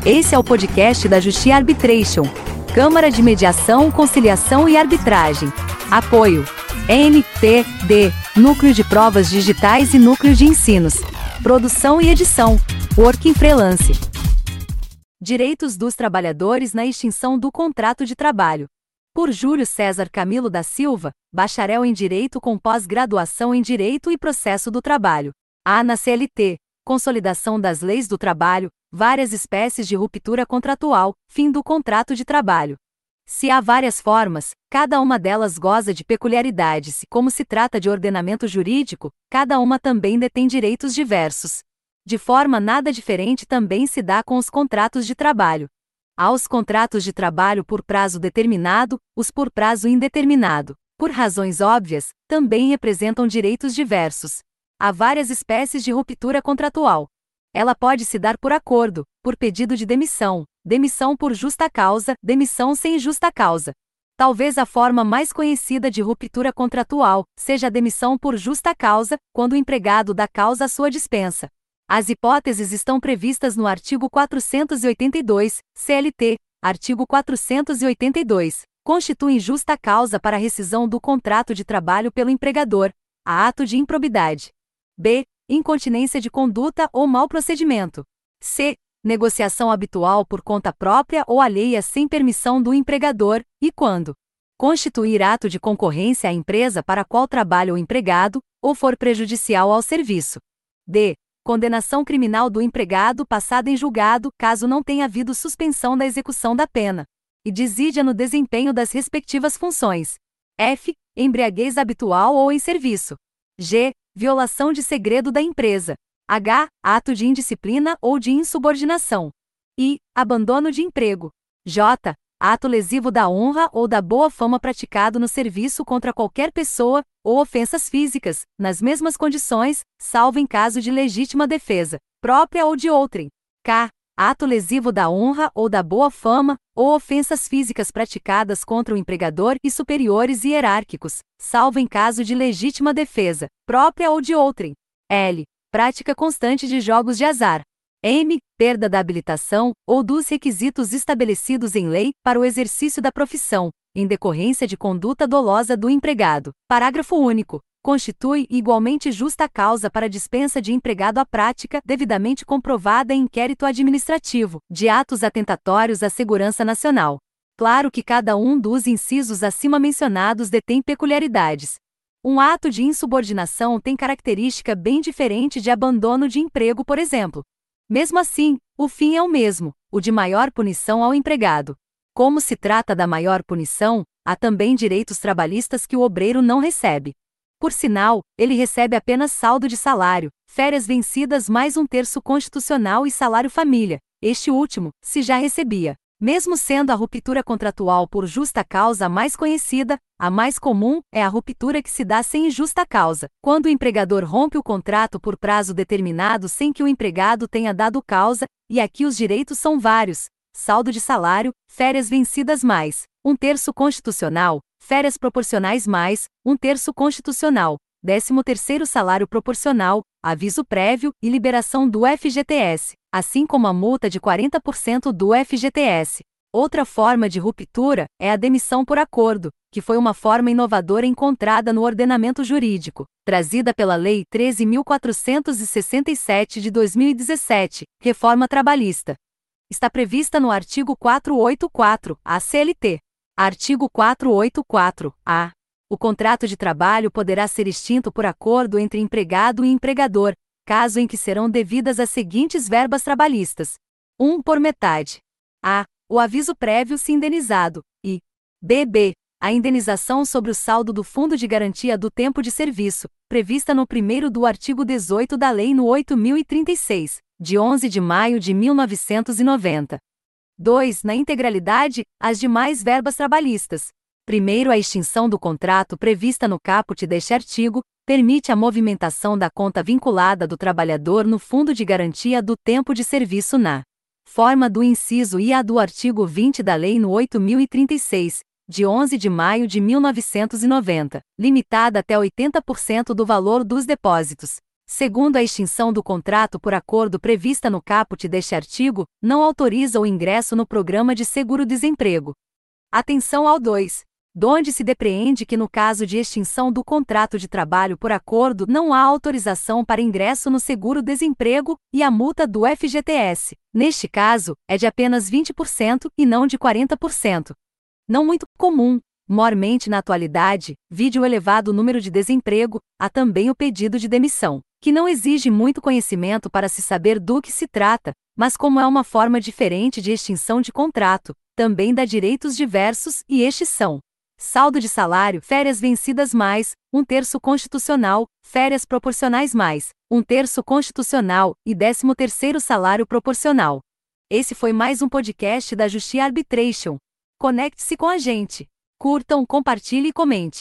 Esse é o podcast da Justi Arbitration, Câmara de Mediação, Conciliação e Arbitragem. Apoio: NPD, Núcleo de Provas Digitais e Núcleo de Ensinos. Produção e edição: Working Freelance. Direitos dos trabalhadores na extinção do contrato de trabalho. Por Júlio César Camilo da Silva, bacharel em Direito com pós-graduação em Direito e Processo do Trabalho. A na CLT, consolidação das leis do trabalho, várias espécies de ruptura contratual, fim do contrato de trabalho. Se há várias formas, cada uma delas goza de peculiaridades e, como se trata de ordenamento jurídico, cada uma também detém direitos diversos. De forma nada diferente também se dá com os contratos de trabalho. Há os contratos de trabalho por prazo determinado, os por prazo indeterminado. Por razões óbvias, também representam direitos diversos. Há várias espécies de ruptura contratual. Ela pode se dar por acordo, por pedido de demissão, demissão por justa causa, demissão sem justa causa. Talvez a forma mais conhecida de ruptura contratual seja a demissão por justa causa, quando o empregado dá causa à sua dispensa. As hipóteses estão previstas no artigo 482, CLT, artigo 482, constituem justa causa para a rescisão do contrato de trabalho pelo empregador, a ato de improbidade. B. Incontinência de conduta ou mau procedimento. C. Negociação habitual por conta própria ou alheia sem permissão do empregador, e quando constituir ato de concorrência à empresa para a qual trabalha o empregado, ou for prejudicial ao serviço. D. Condenação criminal do empregado passada em julgado, caso não tenha havido suspensão da execução da pena, e desídia no desempenho das respectivas funções. F. Embriaguez habitual ou em serviço. G. Violação de segredo da empresa. H. Ato de indisciplina ou de insubordinação. I. Abandono de emprego. J. Ato lesivo da honra ou da boa fama praticado no serviço contra qualquer pessoa, ou ofensas físicas, nas mesmas condições, salvo em caso de legítima defesa, própria ou de outrem. K. Ato lesivo da honra ou da boa fama, ou ofensas físicas praticadas contra o empregador e superiores hierárquicos, salvo em caso de legítima defesa, própria ou de outrem. L. Prática constante de jogos de azar. M. Perda da habilitação, ou dos requisitos estabelecidos em lei, para o exercício da profissão, em decorrência de conduta dolosa do empregado. Parágrafo único. Constitui igualmente justa causa para dispensa de empregado à prática, devidamente comprovada em inquérito administrativo, de atos atentatórios à segurança nacional. Claro que cada um dos incisos acima mencionados detém peculiaridades. Um ato de insubordinação tem característica bem diferente de abandono de emprego, por exemplo. Mesmo assim, o fim é o mesmo, o de maior punição ao empregado. Como se trata da maior punição, há também direitos trabalhistas que o obreiro não recebe. Por sinal, ele recebe apenas saldo de salário, férias vencidas mais um terço constitucional e salário família, este último, se já recebia. Mesmo sendo a ruptura contratual por justa causa a mais conhecida, a mais comum é a ruptura que se dá sem justa causa, quando o empregador rompe o contrato por prazo determinado sem que o empregado tenha dado causa, e aqui os direitos são vários: saldo de salário, férias vencidas mais um terço constitucional, férias proporcionais mais um terço constitucional, 13º salário proporcional, aviso prévio e liberação do FGTS, assim como a multa de 40% do FGTS. Outra forma de ruptura é a demissão por acordo, que foi uma forma inovadora encontrada no ordenamento jurídico, trazida pela Lei 13.467 de 2017, Reforma Trabalhista. Está prevista no artigo 484, CLT. Artigo 484-A. O contrato de trabalho poderá ser extinto por acordo entre empregado e empregador, caso em que serão devidas as seguintes verbas trabalhistas: 1 por metade. A. O aviso prévio se indenizado, e b. A indenização sobre o saldo do Fundo de Garantia do Tempo de Serviço, prevista no 1º do artigo 18 da Lei no 8.036, de 11 de maio de 1990. 2. Na integralidade, as demais verbas trabalhistas. Primeiro, a extinção do contrato prevista no caput deste artigo permite a movimentação da conta vinculada do trabalhador no Fundo de Garantia do Tempo de Serviço na forma do inciso IA do artigo 20 da Lei no 8.036, de 11 de maio de 1990, limitada até 80% do valor dos depósitos. Segundo a extinção do contrato por acordo prevista no caput deste artigo, não autoriza o ingresso no programa de seguro-desemprego. Atenção ao 2. Donde se depreende que no caso de extinção do contrato de trabalho por acordo não há autorização para ingresso no seguro-desemprego e a multa do FGTS, neste caso, é de apenas 20% e não de 40%. Não muito comum, mormente na atualidade, vide o elevado número de desemprego, há também o pedido de demissão, que não exige muito conhecimento para se saber do que se trata, mas como é uma forma diferente de extinção de contrato, também dá direitos diversos e estes são: saldo de salário, férias vencidas mais, 1/3 constitucional, férias proporcionais mais, 1/3 constitucional e 13º salário proporcional. Esse foi mais um podcast da Justi Arbitration. Conecte-se com a gente. Curtam, compartilhe e comente.